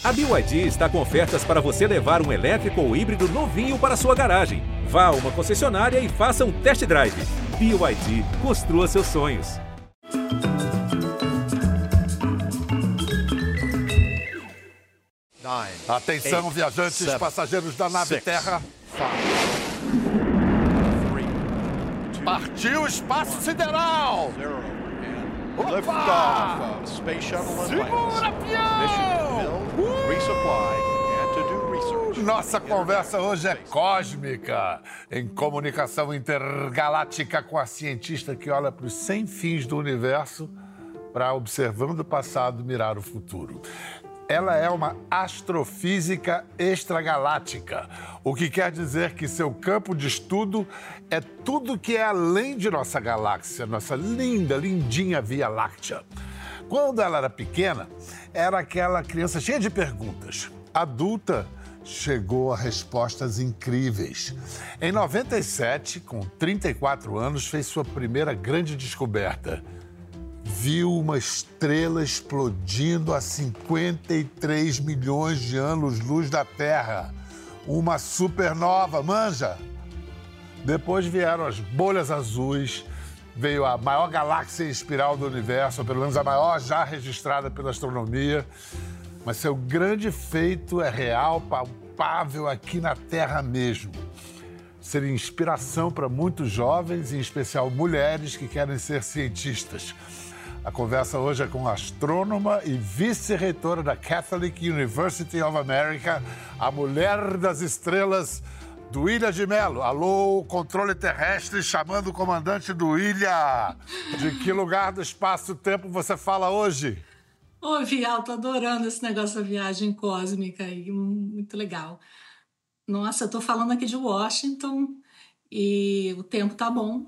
A BYD está com ofertas para você levar um elétrico ou híbrido novinho para sua garagem. Vá a uma concessionária e faça um test drive. BYD, construa seus sonhos. Atenção, viajantes, passageiros da nave Terra. Partiu o espaço sideral! Opa! Segura, avião! Nossa conversa hoje é cósmica, em comunicação intergaláctica com a cientista que olha para os 100 fins do universo para, observando o passado, mirar o futuro. Ela é uma astrofísica extragaláctica, o que quer dizer que seu campo de estudo é tudo que é além de nossa galáxia, nossa linda, lindinha Via Láctea. Quando ela era pequena, era aquela criança cheia de perguntas. Adulta, chegou a respostas incríveis. Em 97, com 34 anos, fez sua primeira grande descoberta. Viu uma estrela explodindo a 53 milhões de anos-luz da Terra. Uma supernova, manja! Depois vieram as bolhas azuis, veio a maior galáxia em espiral do universo, ou pelo menos a maior já registrada pela astronomia. Mas seu grande feito é real, palpável aqui na Terra mesmo. Ser inspiração para muitos jovens, em especial mulheres que querem ser cientistas. A conversa hoje é com a astrônoma e vice-reitora da Catholic University of America, a mulher das estrelas, Duília de Mello. Alô, controle terrestre, chamando o comandante Duília. De que lugar do espaço-tempo você fala hoje? Ô, Vial, tô adorando esse negócio da viagem cósmica aí, muito legal. Nossa, eu tô falando aqui de Washington e o tempo tá bom.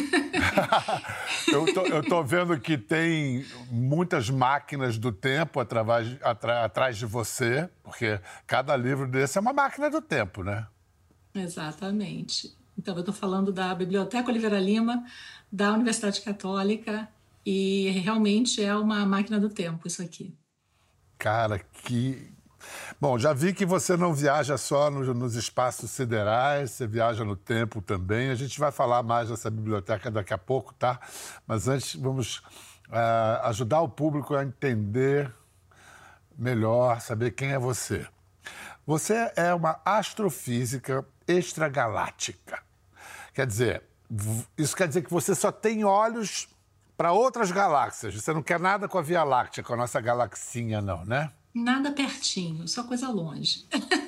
Eu tô vendo que tem muitas máquinas do tempo atrás de você, porque cada livro desse é uma máquina do tempo, né? Exatamente. Então, eu tô falando da Biblioteca Oliveira Lima, da Universidade Católica, e realmente é uma máquina do tempo isso aqui. Cara, que... Bom, já vi que você não viaja só nos espaços siderais, você viaja no tempo também. A gente vai falar mais dessa biblioteca daqui a pouco, tá? Mas antes, vamos ajudar o público a entender melhor, saber quem é você. Você é uma astrofísica extragaláctica. Quer dizer, isso quer dizer que você só tem olhos para outras galáxias. Você não quer nada com a Via Láctea, com a nossa galaxinha, não, né? Nada pertinho, só coisa longe.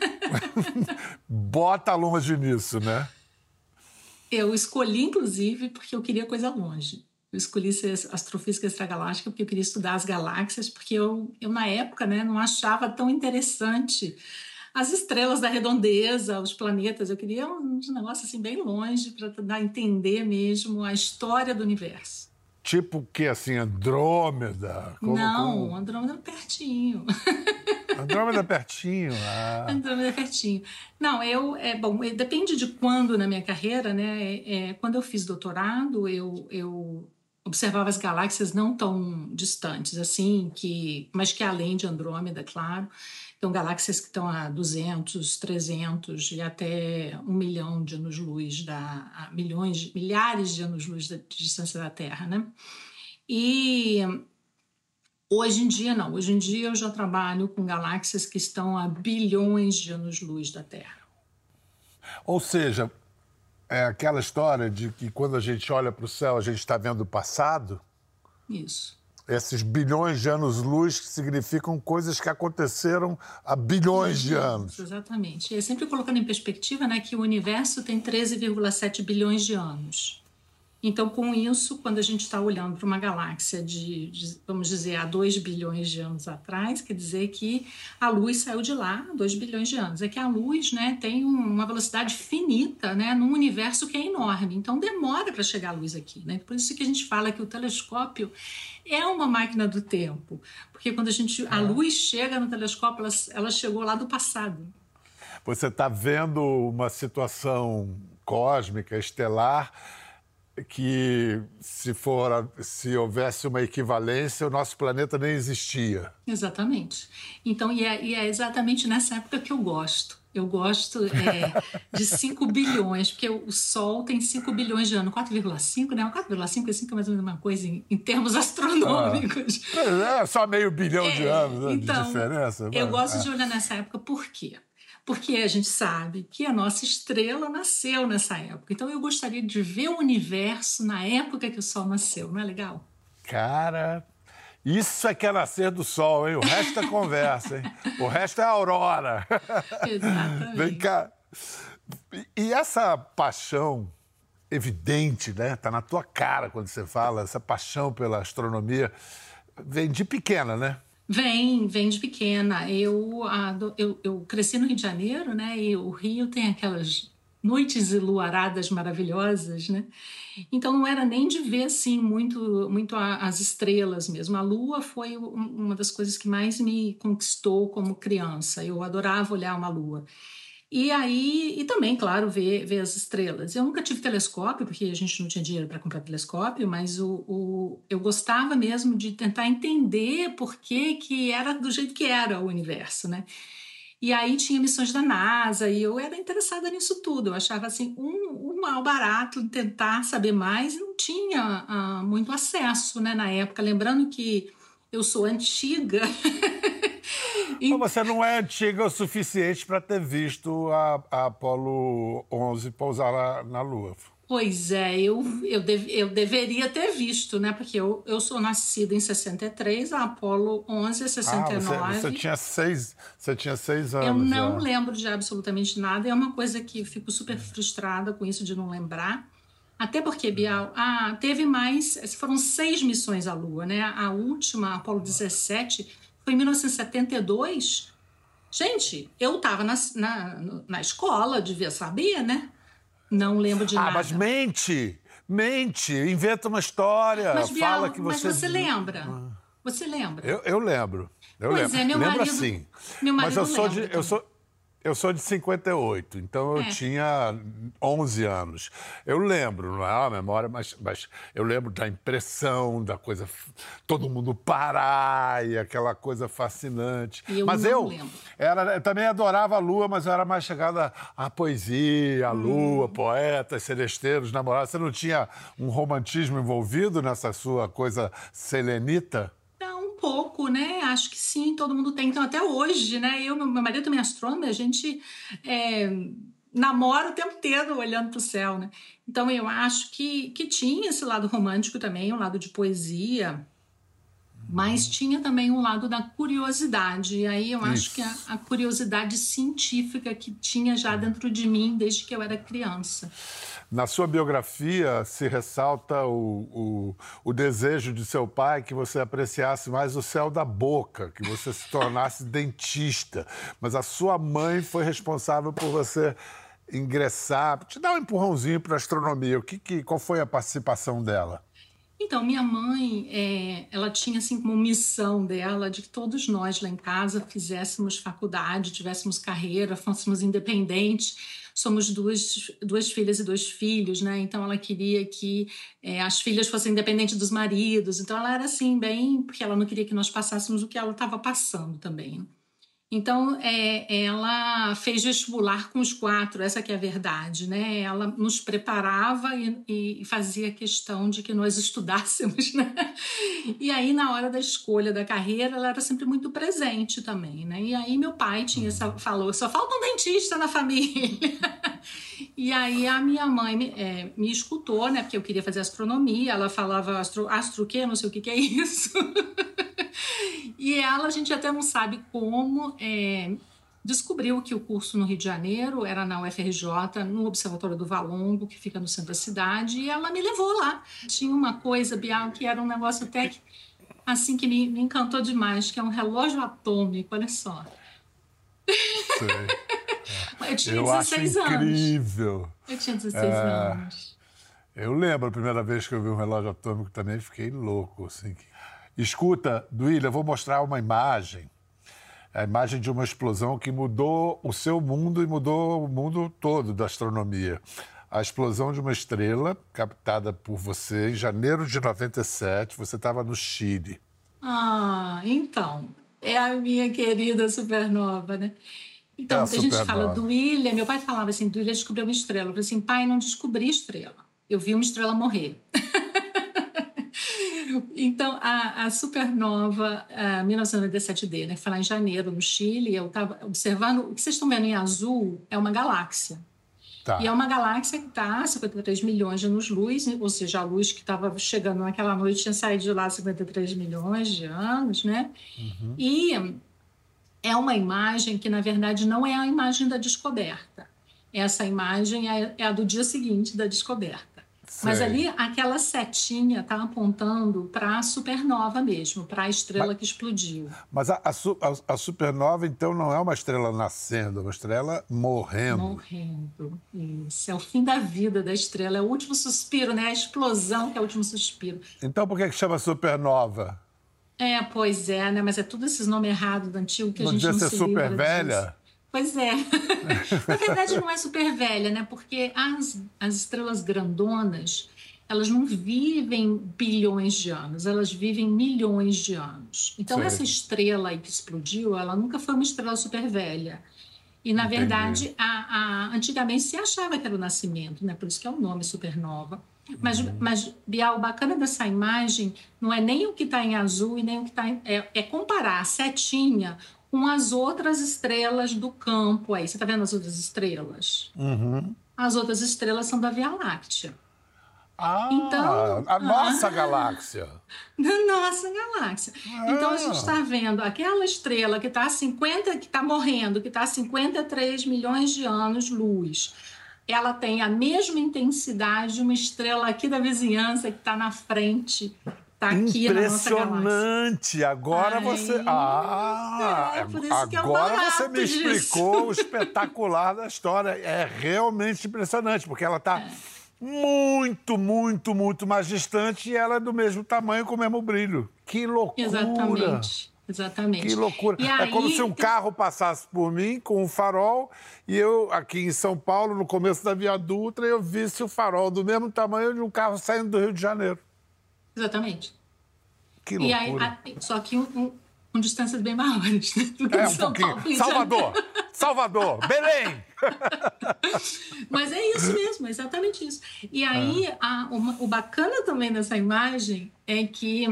Bota longe nisso, né? Eu escolhi, inclusive, porque eu queria coisa longe. Eu escolhi ser astrofísica extragaláctica porque eu queria estudar as galáxias, porque eu na época, né, não achava tão interessante as estrelas da redondeza, os planetas. Eu queria um negócio assim bem longe para tentar entender mesmo a história do universo. Tipo o quê? Assim, Andrômeda? Não, Andrômeda pertinho. Andrômeda pertinho? Andrômeda pertinho. Não, bom, depende de quando na minha carreira, né? Quando eu fiz doutorado, eu observava as galáxias não tão distantes, assim, mas que além de Andrômeda, claro. Então, galáxias que estão a 200, 300 e até 1 milhão de anos-luz, milhares de anos-luz de distância da Terra, né? E hoje em dia, não. Hoje em dia, eu já trabalho com galáxias que estão a bilhões de anos-luz da Terra. Ou seja, é aquela história de que quando a gente olha para o céu, a gente está vendo o passado? Isso. Esses bilhões de anos-luz que significam coisas que aconteceram há bilhões de anos. Exatamente. E sempre colocando em perspectiva, né, que o universo tem 13,7 bilhões de anos. Então, com isso, quando a gente está olhando para uma galáxia vamos dizer, há 2 bilhões de anos atrás, quer dizer que a luz saiu de lá há 2 bilhões de anos. É que a luz, né, tem uma velocidade finita, né, num universo que é enorme. Então, demora para chegar a luz aqui, né? Por isso que a gente fala que o telescópio é uma máquina do tempo. Porque quando a luz chega no telescópio, ela chegou lá do passado. Você está vendo uma situação cósmica, estelar, que se houvesse uma equivalência, o nosso planeta nem existia. Exatamente. Então, e é exatamente nessa época que eu gosto. Eu gosto de 5 bilhões, porque o Sol tem 5 bilhões de anos. 4,5, né? 4,5 e 5 é mais ou menos uma coisa em termos astronômicos. É só meio bilhão de anos, né, então, de diferença. Eu gosto de olhar nessa época, por quê? Porque a gente sabe que a nossa estrela nasceu nessa época. Então, eu gostaria de ver o universo na época que o Sol nasceu. Não é legal? Cara, isso é que é nascer do Sol, hein? O resto é conversa, hein? O resto é aurora. Exatamente. Vem cá. E essa paixão evidente, né? Tá na tua cara quando você fala, essa paixão pela astronomia, vem de pequena, né? Vem de pequena. Eu cresci no Rio de Janeiro, né? E o Rio tem aquelas noites enluaradas maravilhosas, né? Então não era nem de ver assim muito as estrelas mesmo. A Lua foi uma das coisas que mais me conquistou como criança. Eu adorava olhar uma lua. E também, claro, ver as estrelas. Eu nunca tive telescópio, porque a gente não tinha dinheiro para comprar telescópio, mas eu gostava mesmo de tentar entender por que era do jeito que era o universo, né? E aí tinha missões da NASA e eu era interessada nisso tudo. Eu achava assim, um mal barato em tentar saber mais e não tinha muito acesso, né, na época. Lembrando que eu sou antiga. Mas você não é antiga o suficiente para ter visto a Apolo 11 pousar na Lua. Pois é, eu deveria ter visto, né? Porque eu sou nascida em 63, a Apolo 11 é 69. Você tinha 6 anos. Eu não já. lembro de absolutamente nada. É uma coisa que fico super frustrada com isso de não lembrar. Até porque, Bial, teve mais... Foram 6 missões à Lua, né? A última, a Apolo 17, foi em 1972. Gente, eu estava na escola, devia saber, né? Não lembro de nada. Mas mente, inventa uma história, mas, Bial, fala que você... Mas você lembra? Você lembra? Eu lembro. Pois é, meu marido... Lembro assim. Meu marido mas eu sou de 58, então eu tinha 11 anos. Eu lembro, não é uma memória, mas eu lembro da impressão, da coisa... Todo mundo parar e aquela coisa fascinante. Mas eu lembro. Eu também adorava a Lua, mas eu era mais chegada à poesia, à Lua, poetas, celesteiros, namorados. Você não tinha um romantismo envolvido nessa sua coisa selenita? Pouco, né? Acho que sim, todo mundo tem. Então, até hoje, né? Meu marido também é astrônomo, a gente namora o tempo inteiro olhando para o céu, né? Então, eu acho que tinha esse lado romântico também, um lado de poesia, mas tinha também um lado da curiosidade. E aí eu acho que a curiosidade científica que tinha já dentro de mim desde que eu era criança. Na sua biografia se ressalta o desejo de seu pai que você apreciasse mais o céu da boca, que você se tornasse dentista. Mas a sua mãe foi responsável por você ingressar, te dar um empurrãozinho para a astronomia. Qual foi a participação dela? Então, minha mãe, ela tinha assim como missão dela de que todos nós lá em casa fizéssemos faculdade, tivéssemos carreira, fôssemos independentes. Somos duas filhas e 2 filhos, né? Então, ela queria que as filhas fossem independentes dos maridos. Então, ela era assim, bem... Porque ela não queria que nós passássemos o que ela estava passando também, né? Então, ela fez vestibular com os 4, essa que é a verdade, né? Ela nos preparava e fazia questão de que nós estudássemos, né? E aí, na hora da escolha da carreira, ela era sempre muito presente também, né? E aí, meu pai falou, só falta um dentista na família. E aí, a minha mãe me escutou, né? Porque eu queria fazer astronomia, ela falava astro o quê? Não sei o que é isso. E ela, a gente até não sabe como, descobriu que o curso no Rio de Janeiro era na UFRJ, no Observatório do Valongo, que fica no centro da cidade, e ela me levou lá. Tinha uma coisa, Bial, que era um negócio até que, assim, que me encantou demais, que é um relógio atômico, olha só. Sei. Eu tinha 16 anos. Incrível. Eu tinha 16 anos. Eu lembro a primeira vez que eu vi um relógio atômico também, fiquei louco, assim. Escuta, Duília, eu vou mostrar uma imagem, a imagem de uma explosão que mudou o seu mundo e mudou o mundo todo da astronomia. a explosão de uma estrela captada por você em janeiro de 97. Você estava no Chile. Então, é a minha querida supernova, né? Então, muita gente fala do William. Meu pai falava assim, do William descobriu uma estrela. Eu falei assim, pai, não descobri estrela. Eu vi uma estrela morrer. Então, a supernova 1997D, né, que foi lá em janeiro, no Chile, eu estava observando, o que vocês estão vendo em azul é uma galáxia. Tá. E é uma galáxia que está a 53 milhões de anos-luz, ou seja, a luz que estava chegando naquela noite tinha saído de lá 53 milhões de anos, né? Uhum. E é uma imagem que, na verdade, não é a imagem da descoberta. Essa imagem é a do dia seguinte da descoberta. Sei. Mas ali, aquela setinha está apontando para a supernova mesmo, para a estrela que explodiu. Mas a supernova, então, não é uma estrela nascendo, é uma estrela morrendo. Morrendo, isso. É o fim da vida da estrela, é o último suspiro, né? A explosão que é o último suspiro. Então, por que chama supernova? Pois é, né? Mas é tudo esses nomes errados do antigo que a gente não se livra super velha? disso. Pois é. Na verdade, não é super velha, né? Porque as estrelas grandonas, elas não vivem bilhões de anos, elas vivem milhões de anos. Então, Sei. essa estrela aí que explodiu, ela nunca foi uma estrela super velha. E, na verdade, antigamente se achava que era o nascimento, né? Por isso que é o nome supernova. Mas, Bial, o bacana dessa imagem não é nem o que está em azul e nem o que está é comparar a setinha com as outras estrelas do campo aí. Você está vendo as outras estrelas? Uhum. As outras estrelas são da Via Láctea. Então, a nossa galáxia. Da nossa galáxia. Então, a gente está vendo aquela estrela que está que está morrendo, que está a 53 milhões de anos-luz. Ela tem a mesma intensidade de uma estrela aqui da vizinhança que está na frente. Tá aqui impressionante! Agora você. por isso que agora você me explicou o espetacular da história. É realmente impressionante, porque ela está muito, muito, muito mais distante e ela é do mesmo tamanho com o mesmo brilho. Que loucura! Exatamente. Que loucura. É como se um carro passasse por mim com um farol e eu, aqui em São Paulo, no começo da Via Dutra, eu visse o farol do mesmo tamanho de um carro saindo do Rio de Janeiro. Exatamente. Que loucura. E aí, só que com distâncias bem maiores, né? Do que um pouquinho. Salvador, Belém! Mas é isso mesmo, é exatamente isso. E aí, o bacana também dessa imagem é que...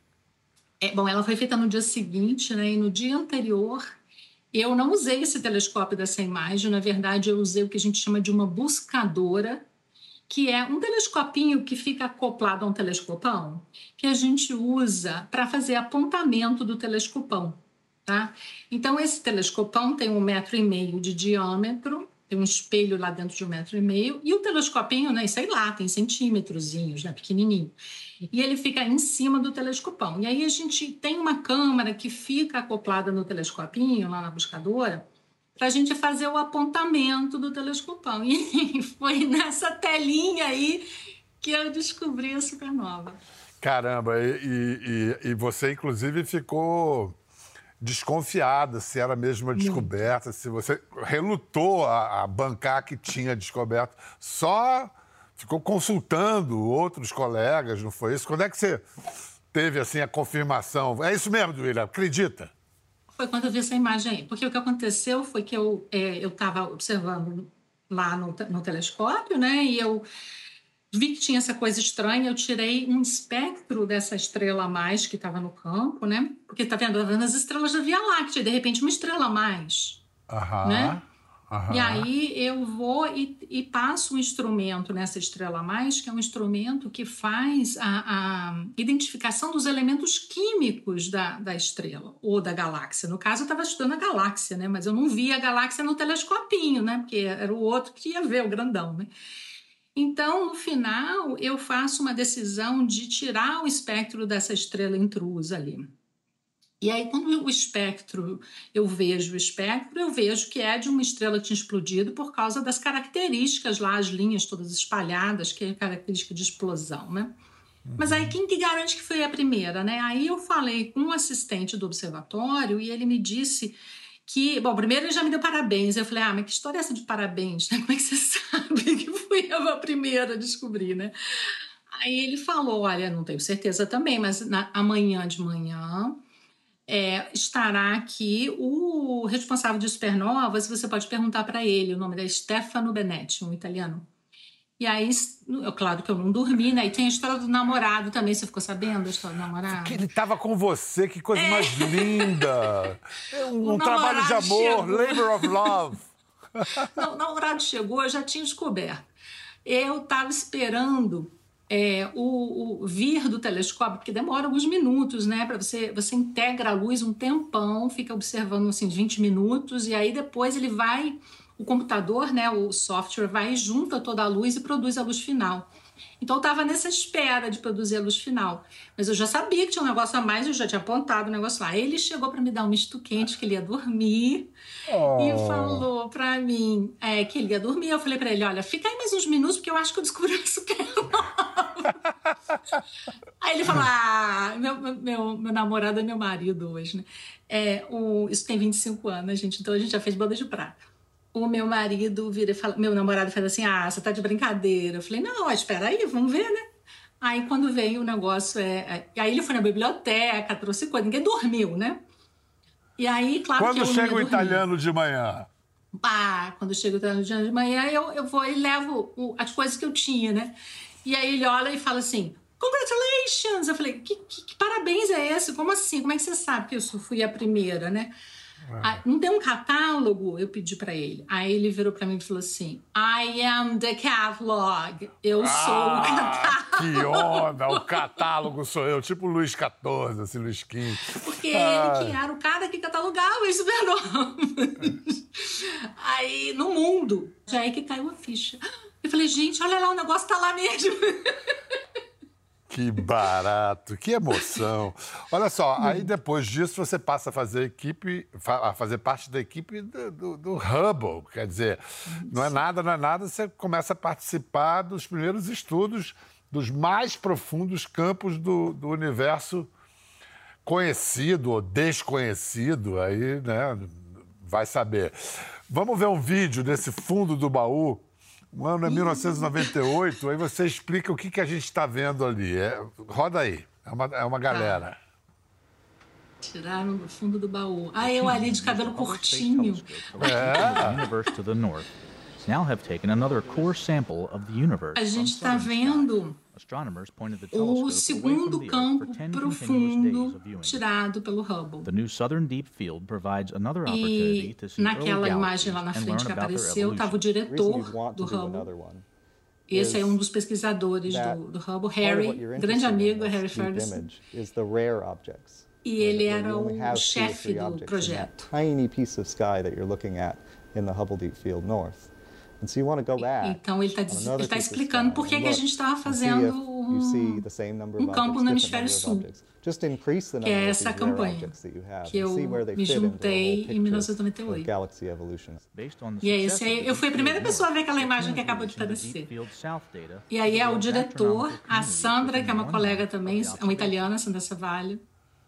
ela foi feita no dia seguinte, né? E no dia anterior, eu não usei esse telescópio dessa imagem. Na verdade, eu usei o que a gente chama de uma buscadora, que é um telescopinho que fica acoplado a um telescopão, que a gente usa para fazer apontamento do telescopão, tá? Então, esse telescopão tem 1,5 metro de diâmetro, tem um espelho lá dentro de 1,5 metro, e o telescopinho, né, sei lá, tem centímetrozinhos, né, pequenininho. E ele fica em cima do telescopão. E aí a gente tem uma câmera que fica acoplada no telescopinho, lá na buscadora, para a gente fazer o apontamento do telescopão. E foi nessa telinha aí que eu descobri a supernova. Caramba, e você, inclusive, ficou desconfiada se era mesmo uma descoberta, se você relutou a bancar que tinha descoberto, só ficou consultando outros colegas, não foi isso? Quando é que você teve assim, a confirmação? É isso mesmo, William, acredita? Foi quando eu vi essa imagem aí. Porque o que aconteceu foi que eu estava observando lá no telescópio, né? E eu vi que tinha essa coisa estranha. Eu tirei um espectro dessa estrela a mais que estava no campo, né? Porque eu tava vendo as estrelas da Via Láctea. De repente, uma estrela a mais. Né? E aí eu vou e passo um instrumento nessa estrela a mais, que é um instrumento que faz a identificação dos elementos químicos da estrela ou da galáxia. No caso, eu estava estudando a galáxia, né? Mas eu não via a galáxia no telescopinho, né? Porque era o outro que ia ver, o grandão, né? Então, no final, eu faço uma decisão de tirar o espectro dessa estrela intrusa ali. E aí, quando eu vejo o espectro, eu vejo que é de uma estrela que tinha explodido por causa das características lá, as linhas todas espalhadas, que é a característica de explosão, né? Mas aí, quem que garante que foi a primeira, né? Aí eu falei com um assistente do observatório e ele me disse que... Bom, primeiro ele já me deu parabéns. Eu falei, mas que história é essa de parabéns? Né? Como é que você sabe que fui eu a primeira a descobrir, né? Aí ele falou, olha, não tenho certeza também, mas amanhã de manhã estará aqui o responsável de supernovas, você pode perguntar para ele, o nome é Stefano Benetti, um italiano. E aí, claro que eu não dormi, né? E tem a história do namorado também, você ficou sabendo a história do namorado? Que ele estava com você, que coisa mais linda! Um trabalho de amor, chegou. labor of love. Não, o namorado chegou, eu já tinha descoberto. Eu estava esperando o vir do telescópio, porque demora alguns minutos, né? Para você integra a luz um tempão, fica observando assim 20 minutos, e aí depois ele vai, o computador, né? O software vai, junta toda a luz e produz a luz final. Então eu estava nessa espera de produzir a luz final. Mas eu já sabia que tinha um negócio a mais, eu já tinha apontado o negócio lá. Ele chegou para me dar um misto quente, que ele ia dormir, e falou para mim que ele ia dormir. Eu falei para ele, olha, fica aí mais uns minutos, porque eu acho que eu descobri uma supernova. Aí ele falou, meu namorado é meu marido hoje, né? Isso tem 25 anos, gente, então a gente já fez boda de prata. O meu marido vira e fala, meu namorado fala assim, você tá de brincadeira. Eu falei, não, espera aí, vamos ver, né? Aí quando veio o negócio, aí ele foi na biblioteca, trouxe coisa, ninguém dormiu, né? E aí, claro quando que eu chega não ia o italiano de manhã? Quando chega o italiano de manhã, eu vou e levo as coisas que eu tinha, né? E aí ele olha e fala assim, congratulations! Eu falei, que parabéns é esse? Como assim? Como é que você sabe que eu fui a primeira, né? Não tem um catálogo? Eu pedi para ele. Aí ele virou para mim e falou assim, I am the catalog. Eu sou o catálogo. Que onda! O catálogo sou eu, tipo Luís XIV, assim, Luís XV. Porque ele que era o cara que catalogava os supernovas. Aí, no mundo, já é que caiu a ficha. Eu falei, gente, olha lá, o negócio tá lá mesmo. Que barato, que emoção. Olha só, aí depois disso você passa a fazer parte da equipe do Hubble. Quer dizer, não é nada, você começa a participar dos primeiros estudos dos mais profundos campos do universo conhecido ou desconhecido, aí, né, vai saber. Vamos ver um vídeo desse fundo do baú. O ano é 1998, aí você explica o que a gente está vendo ali. Roda aí, é uma galera. Tiraram do fundo do baú. Eu ali de cabelo curtinho. A gente está vendo o segundo campo profundo tirado pelo Hubble. E naquela imagem lá na frente que apareceu, estava o diretor do Hubble. Esse é um dos pesquisadores do Hubble, Harry, grande amigo, Harry Ferguson. E ele era o chefe do projeto. Então ele está explicando por que a gente estava fazendo um campo no hemisfério sul, que é essa campanha que eu me juntei em 1998. E é isso aí. Eu fui a primeira pessoa a ver aquela imagem que acabou de aparecer. E aí é o diretor, a Sandra, que é uma colega também, é uma italiana, Sandra Savalho.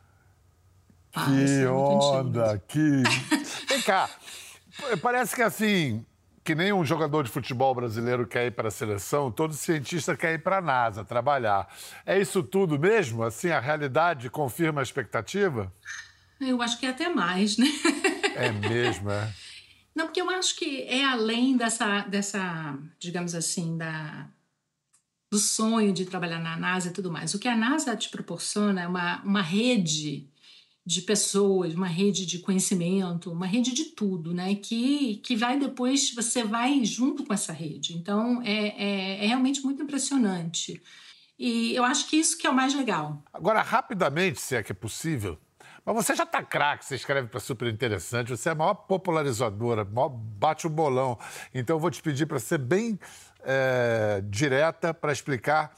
Que onda, Vem cá, parece que assim, que nem um jogador de futebol brasileiro quer ir para a seleção, todo cientista quer ir para a NASA trabalhar. É isso tudo mesmo? Assim, a realidade confirma a expectativa? Eu acho que é até mais, né? É mesmo, é? Não, porque eu acho que é além dessa digamos assim, do sonho de trabalhar na NASA e tudo mais. O que a NASA te proporciona é uma rede de pessoas, uma rede de conhecimento, uma rede de tudo, né? Que vai depois, você vai junto com essa rede. Então, é realmente muito impressionante. E eu acho que isso que é o mais legal. Agora, rapidamente, se é que é possível, mas você já tá craque, você escreve para Super Interessante, você é a maior popularizadora, bate o bolão. Então, eu vou te pedir para ser bem direta para explicar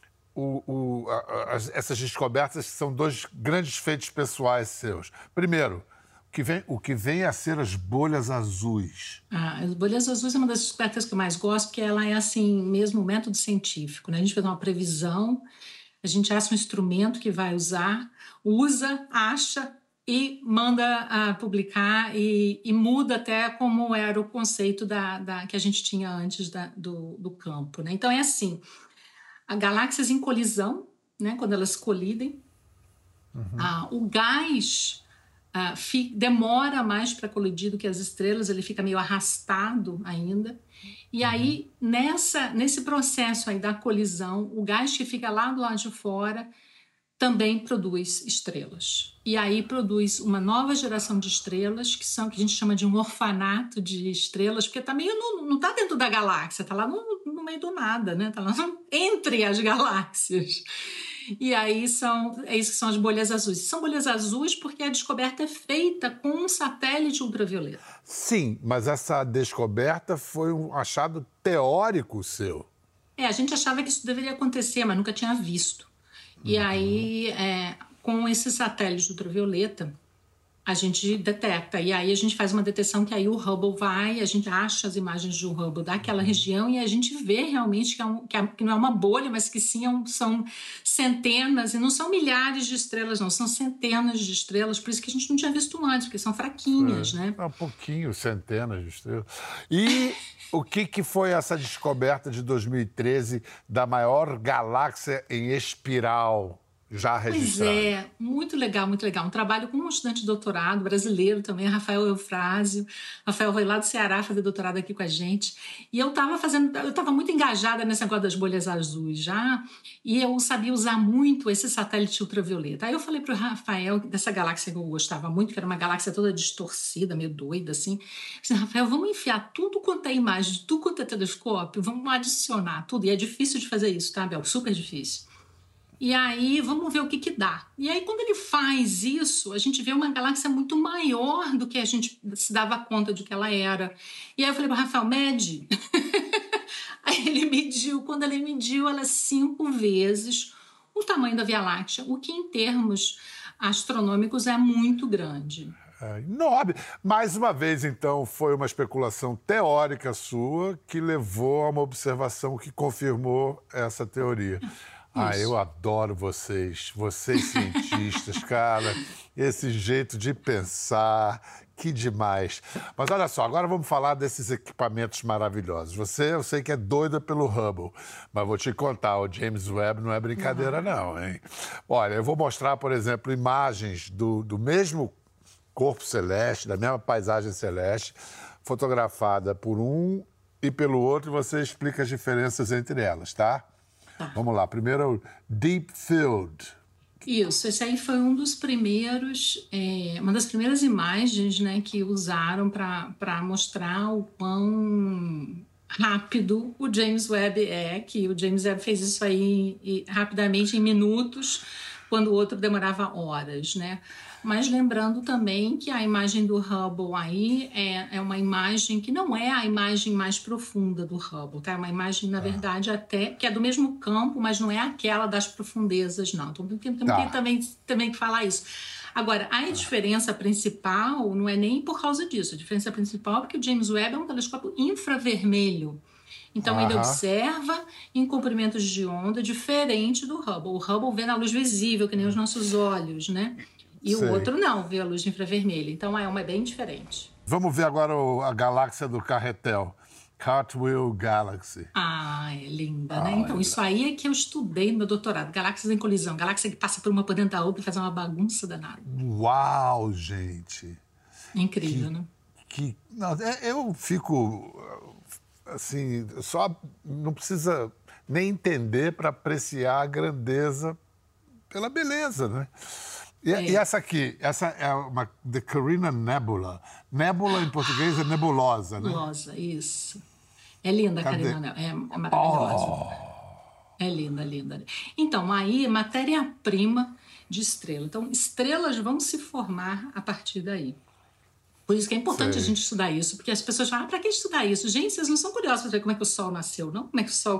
essas descobertas que são dois grandes feitos pessoais seus. Primeiro, o que vem a ser as bolhas azuis. As bolhas azuis é uma das descobertas que eu mais gosto, porque ela é assim, mesmo método científico, né? A gente faz uma previsão, a gente acha um instrumento que vai usa, acha, e manda publicar e muda até como era o conceito que a gente tinha antes do campo, né? Então é assim, galáxias em colisão, né? Quando elas colidem, o gás demora mais para colidir do que as estrelas, ele fica meio arrastado ainda. E aí, nesse processo aí da colisão, o gás que fica lá do lado de fora também produz estrelas. E aí produz uma nova geração de estrelas, que a gente chama de um orfanato de estrelas, porque tá meio não está dentro da galáxia, está lá no meio do nada, né? Está lá entre as galáxias. E aí isso que são as bolhas azuis. São bolhas azuis porque a descoberta é feita com um satélite ultravioleta. Sim, mas essa descoberta foi um achado teórico seu. A gente achava que isso deveria acontecer, mas nunca tinha visto. E aí, com esse satélite ultravioleta, a gente detecta. E aí a gente faz uma detecção que aí o Hubble a gente acha as imagens do Hubble daquela região e a gente vê realmente que não é uma bolha, mas que sim são centenas, e não são milhares de estrelas, não, são centenas de estrelas, por isso que a gente não tinha visto antes, porque são fraquinhas, né? Um pouquinho, centenas de estrelas. E o que foi essa descoberta de 2013 da maior galáxia em espiral já registrada? Pois é, muito legal, muito legal. Um trabalho com um estudante de doutorado brasileiro também, Rafael Eufrásio. Rafael veio lá do Ceará fazer doutorado aqui com a gente. E eu estava muito engajada nesse negócio das bolhas azuis já, e eu sabia usar muito esse satélite ultravioleta. Aí eu falei para o Rafael, dessa galáxia que eu gostava muito, que era uma galáxia toda distorcida, meio doida, assim. Eu disse, Rafael, vamos enfiar tudo quanto é imagem, tudo quanto é telescópio, vamos adicionar tudo. E é difícil de fazer isso, tá, Bel? Super difícil. E aí, vamos ver o que dá. E aí, quando ele faz isso, a gente vê uma galáxia muito maior do que a gente se dava conta de que ela era. E aí eu falei para o Rafael, mede. Aí ele mediu. Quando ele mediu, ela é 5 vezes o tamanho da Via Láctea, o que em termos astronômicos é muito grande. É enorme. Mais uma vez, então, foi uma especulação teórica sua que levou a uma observação que confirmou essa teoria. Eu adoro vocês cientistas, cara, esse jeito de pensar, que demais. Mas olha só, agora vamos falar desses equipamentos maravilhosos. Eu sei que é doida pelo Hubble, mas vou te contar, o James Webb não é brincadeira não, hein? Olha, eu vou mostrar, por exemplo, imagens do mesmo corpo celeste, da mesma paisagem celeste, fotografada por um e pelo outro, e você explica as diferenças entre elas, tá? Vamos lá, primeiro Deep Field. Isso, esse aí foi um dos primeiros, uma das primeiras imagens, né, que usaram para mostrar o quão rápido o James Webb que o James Webb fez isso aí rapidamente, em minutos, quando o outro demorava horas, né? Mas lembrando também que a imagem do Hubble aí é uma imagem que não é a imagem mais profunda do Hubble, tá? É uma imagem, na verdade, até que é do mesmo campo, mas não é aquela das profundezas, não. Então tem também que falar isso. Agora, a diferença principal não é nem por causa disso. A diferença principal é porque o James Webb é um telescópio infravermelho. Então, ele observa em comprimentos de onda diferente do Hubble. O Hubble vê na luz visível, que nem os nossos olhos, né? E o outro não, vê a luz infravermelha. Então, é bem diferente. Vamos ver agora a galáxia do Carretel. Cartwheel Galaxy. É linda, né? Então, isso aí é que eu estudei no meu doutorado. Galáxias em colisão. Galáxia que passa por uma por dentro da outra e faz uma bagunça danada. Uau, gente! Incrível, né? Eu fico, assim, só não precisa nem entender para apreciar a grandeza pela beleza, né? E essa aqui, essa é uma The Carina Nebula. Nebula em português é nebulosa, né? Nebulosa, isso. É linda a Carina Nebula, é maravilhosa. É linda, linda. Então, aí, matéria-prima de estrela. Então, estrelas vão se formar a partir daí. Por isso que é importante a gente estudar isso, porque as pessoas falam, para que estudar isso? Gente, vocês não são curiosos para ver como é que o Sol nasceu, não? Como é que o Sol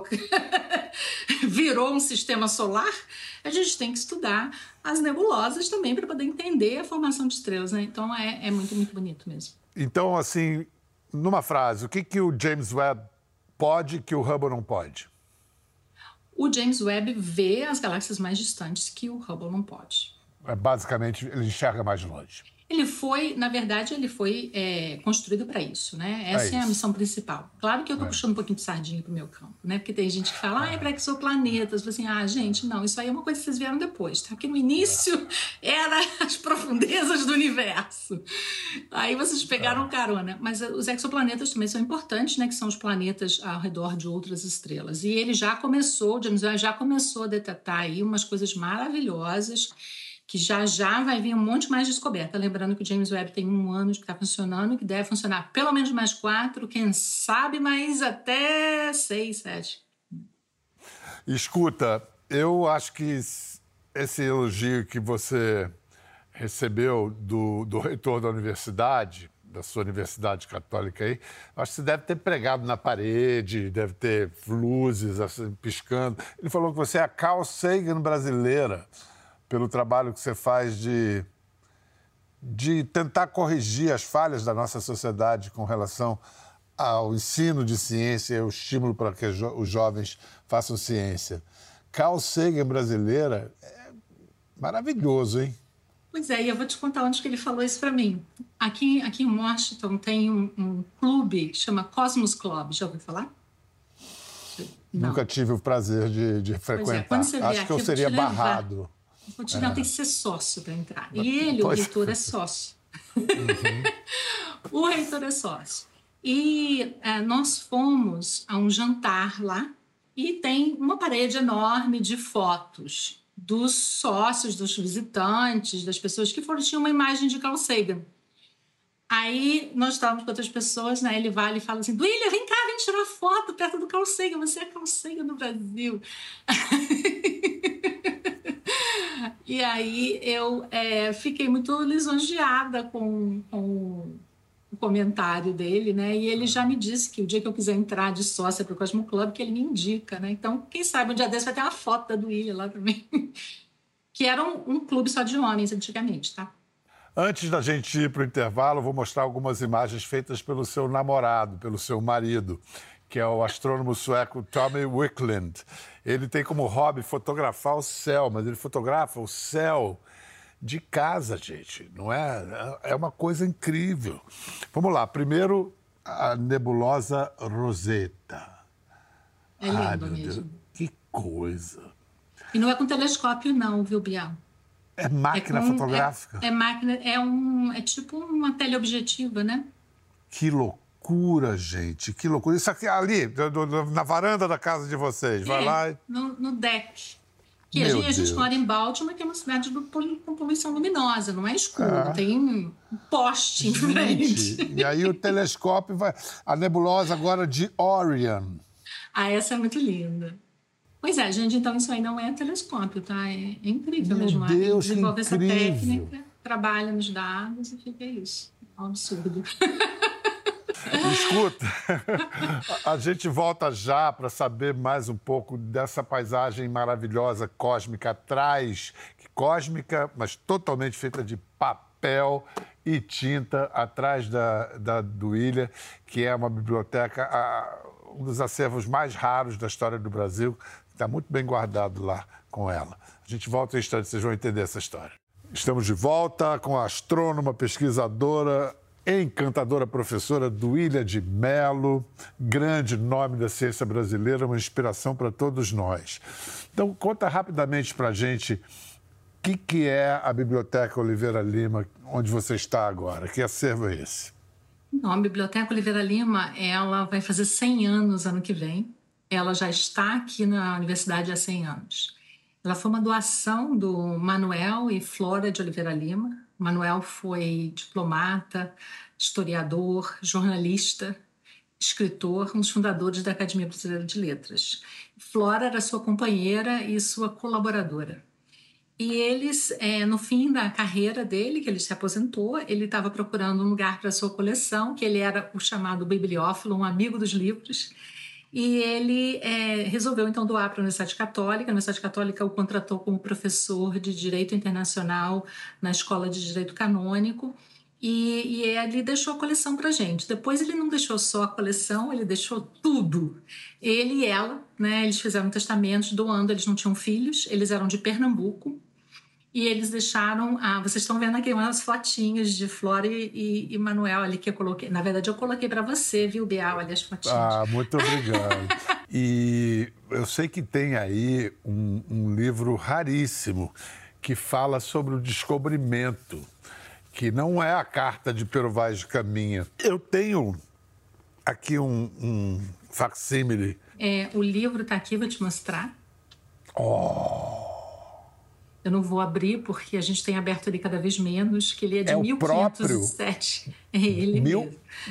virou um sistema solar? A gente tem que estudar as nebulosas também para poder entender a formação de estrelas, né? Então, é muito, muito bonito mesmo. Então, assim, numa frase, o que o James Webb pode que o Hubble não pode? O James Webb vê as galáxias mais distantes que o Hubble não pode. Basicamente, ele enxerga mais longe. Na verdade, ele foi construído para isso, né? Essa é a missão principal. Claro que eu estou puxando um pouquinho de sardinha para o meu campo, né? Porque tem gente que fala, é para exoplanetas. Assim, gente, não, isso aí é uma coisa que vocês vieram depois, tá? Porque no início era as profundezas do universo. Aí vocês pegaram carona. Mas os exoplanetas também são importantes, né? Que são os planetas ao redor de outras estrelas. E ele o James Webb já começou a detectar aí umas coisas maravilhosas, que já vai vir um monte mais descoberta. Lembrando que o James Webb tem 1 ano que está funcionando e que deve funcionar pelo menos mais 4, quem sabe mais até 6, 7. Escuta, eu acho que esse elogio que você recebeu do reitor da universidade, da sua universidade católica aí, acho que você deve ter pregado na parede, deve ter luzes assim, piscando. Ele falou que você é a Carl Sagan brasileira, pelo trabalho que você faz de tentar corrigir as falhas da nossa sociedade com relação ao ensino de ciência e o estímulo para que os jovens façam ciência. Carl Sagan brasileira é maravilhoso, hein? Pois é, e eu vou te contar onde que ele falou isso para mim. Aqui em Washington tem um clube que chama Cosmos Club. Já ouviu falar? Não. Nunca tive o prazer de frequentar. Quando você vier acho que eu seria barrado. Não, tem que ser sócio para entrar. E ele, o reitor, é sócio. O reitor é sócio. E nós fomos a um jantar lá e tem uma parede enorme de fotos dos sócios, dos visitantes, das pessoas que tinham uma imagem de Carl Sagan. Aí nós estávamos com outras pessoas, né? Ele vai e fala assim, Duília, vem cá, vem tirar foto perto do Carl Sagan, você é Carl Sagan no Brasil. E aí eu fiquei muito lisonjeada com o comentário dele, né? E ele já me disse que o dia que eu quiser entrar de sócia para o Cosmo Club, que ele me indica, né? Então, quem sabe um dia desse vai ter uma foto da Duília lá também. Que era um clube só de homens antigamente, tá? Antes da gente ir para o intervalo, eu vou mostrar algumas imagens feitas pelo seu namorado, pelo seu marido, que é o astrônomo sueco Tommy Wiklund. Ele tem como hobby fotografar o céu, mas ele fotografa o céu de casa, gente. Não é? É uma coisa incrível. Vamos lá. Primeiro, a nebulosa Rosetta. É lindo mesmo. Deus, que coisa. E não é com telescópio, não, viu, Bial? É máquina fotográfica? É tipo uma teleobjetiva, né? Que loucura, gente. Que loucura. Isso aqui ali, na varanda da casa de vocês. Vai lá e... no deck. Que a gente mora em Baltimore, que é uma cidade com poluição luminosa, não é escuro, tem um poste em frente. E aí o telescópio vai... A nebulosa agora de Orion. Essa é muito linda. Pois é, gente, então isso aí não é telescópio, tá? É incrível mesmo. Meu Deus, desenvolve essa técnica, trabalha nos dados e fica isso. É um absurdo. Escuta, a gente volta já para saber mais um pouco dessa paisagem maravilhosa cósmica atrás, cósmica, mas totalmente feita de papel e tinta, atrás da Duília, que é uma biblioteca, um dos acervos mais raros da história do Brasil, que está muito bem guardado lá com ela. A gente volta em instante, vocês vão entender essa história. Estamos de volta com a astrônoma, pesquisadora, encantadora professora Duília de Mello, grande nome da ciência brasileira, uma inspiração para todos nós. Então, conta rapidamente para a gente o que é a Biblioteca Oliveira Lima, onde você está agora. Que acervo é esse? Não, a Biblioteca Oliveira Lima, ela vai fazer 100 anos ano que vem. Ela já está aqui na universidade há 100 anos. Ela foi uma doação do Manuel e Flora de Oliveira Lima. Manuel foi diplomata, historiador, jornalista, escritor, um dos fundadores da Academia Brasileira de Letras. Flora era sua companheira e sua colaboradora. E eles, no fim da carreira dele, que ele se aposentou, ele estava procurando um lugar para a sua coleção, que ele era o chamado bibliófilo, um amigo dos livros, e ele resolveu, então, doar para a Universidade Católica. A Universidade Católica o contratou como professor de Direito Internacional na Escola de Direito Canônico, e ele deixou a coleção para a gente. Depois ele não deixou só a coleção, ele deixou tudo. Ele e ela, né, eles fizeram testamentos doando, eles não tinham filhos, eles eram de Pernambuco, E eles deixaram... vocês estão vendo aqui umas fotinhas de Flora e Manuel ali que eu coloquei. Na verdade, eu coloquei para você, viu, Bial, ali as fotinhas. Muito obrigado. E eu sei que tem aí um livro raríssimo que fala sobre o descobrimento, que não é a carta de Pero Vaz de Caminha. Eu tenho aqui um facsímile. O livro está aqui, vou te mostrar. Eu não vou abrir, porque a gente tem aberto ele cada vez menos, que ele é de 1507. É ele mesmo.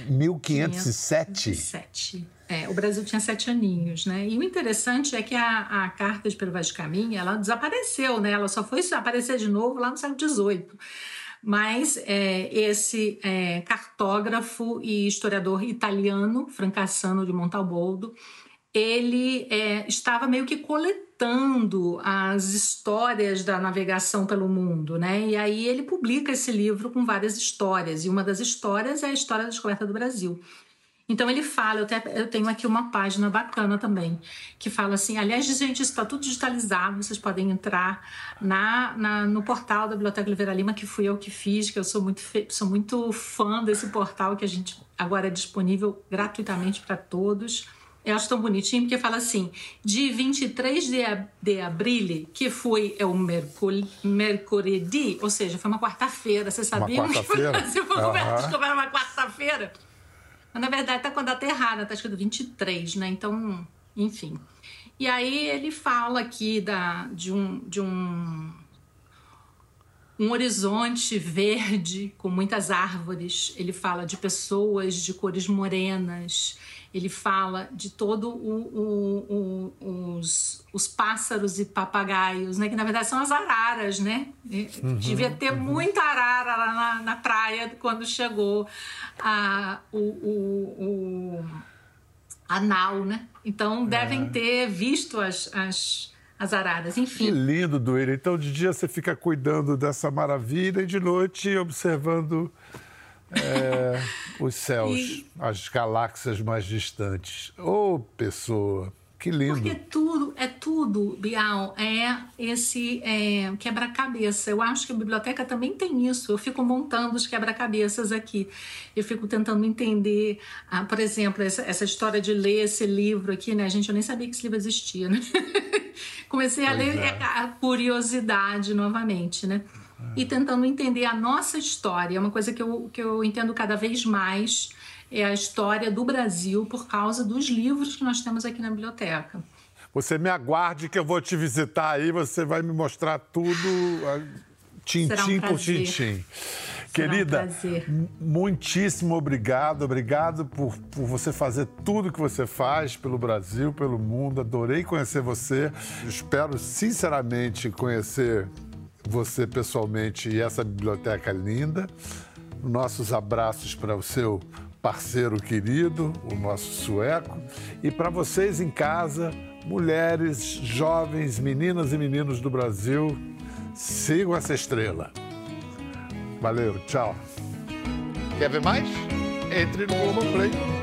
1507? O Brasil tinha 7 aninhos, né? E o interessante é que a carta de Pero Vaz de Caminha, ela desapareceu, né? Ela só foi aparecer de novo lá no século XVIII. Mas esse cartógrafo e historiador italiano, Francassano de Montalboldo, ele estava meio que coletando as histórias da navegação pelo mundo, né? E aí ele publica esse livro com várias histórias, e uma das histórias é a história da descoberta do Brasil. Então ele fala, eu tenho aqui uma página bacana também, que fala assim, aliás, gente, isso está tudo digitalizado, vocês podem entrar no portal da Biblioteca Oliveira Lima, que fui eu que fiz, que eu sou muito fã desse portal, que a gente agora é disponível gratuitamente para todos. Eu acho tão bonitinho, porque fala assim, de 23 de abril, que foi o mercoledì, ou seja, foi uma quarta-feira. Vocês sabiam que o Brasil foi descoberto uma quarta-feira? Mas, na verdade, está com a data errada, está escrito 23, né? Então, enfim. E aí ele fala aqui de um horizonte verde com muitas árvores. Ele fala de pessoas de cores morenas. Ele fala de todo os pássaros e papagaios, né? Que na verdade são as araras, né? Devia ter muita arara lá na praia quando chegou a nau, né? Então devem ter visto as araras, enfim. Que lindo, Duília. Então de dia você fica cuidando dessa maravilha e de noite observando os céus, as galáxias mais distantes. Pessoa, que lindo. Porque tudo, Bial, esse quebra-cabeça. Eu acho que a biblioteca também tem isso. Eu fico montando os quebra-cabeças aqui. Eu fico tentando entender, por exemplo, essa história de ler esse livro aqui, né? Gente, eu nem sabia que esse livro existia, né? Comecei a ler a curiosidade novamente, né? E tentando entender a nossa história. Uma coisa que eu entendo cada vez mais é a história do Brasil por causa dos livros que nós temos aqui na biblioteca. Você me aguarde que eu vou te visitar aí, você vai me mostrar tudo, tintim por tintim. Querida, muitíssimo obrigado. Obrigado por você fazer tudo que você faz pelo Brasil, pelo mundo. Adorei conhecer você. Espero, sinceramente, conhecer você pessoalmente e essa biblioteca linda. Nossos abraços para o seu parceiro querido, o nosso sueco. E para vocês em casa, mulheres, jovens, meninas e meninos do Brasil, sigam essa estrela. Valeu, tchau. Quer ver mais? Entre no Globoplay.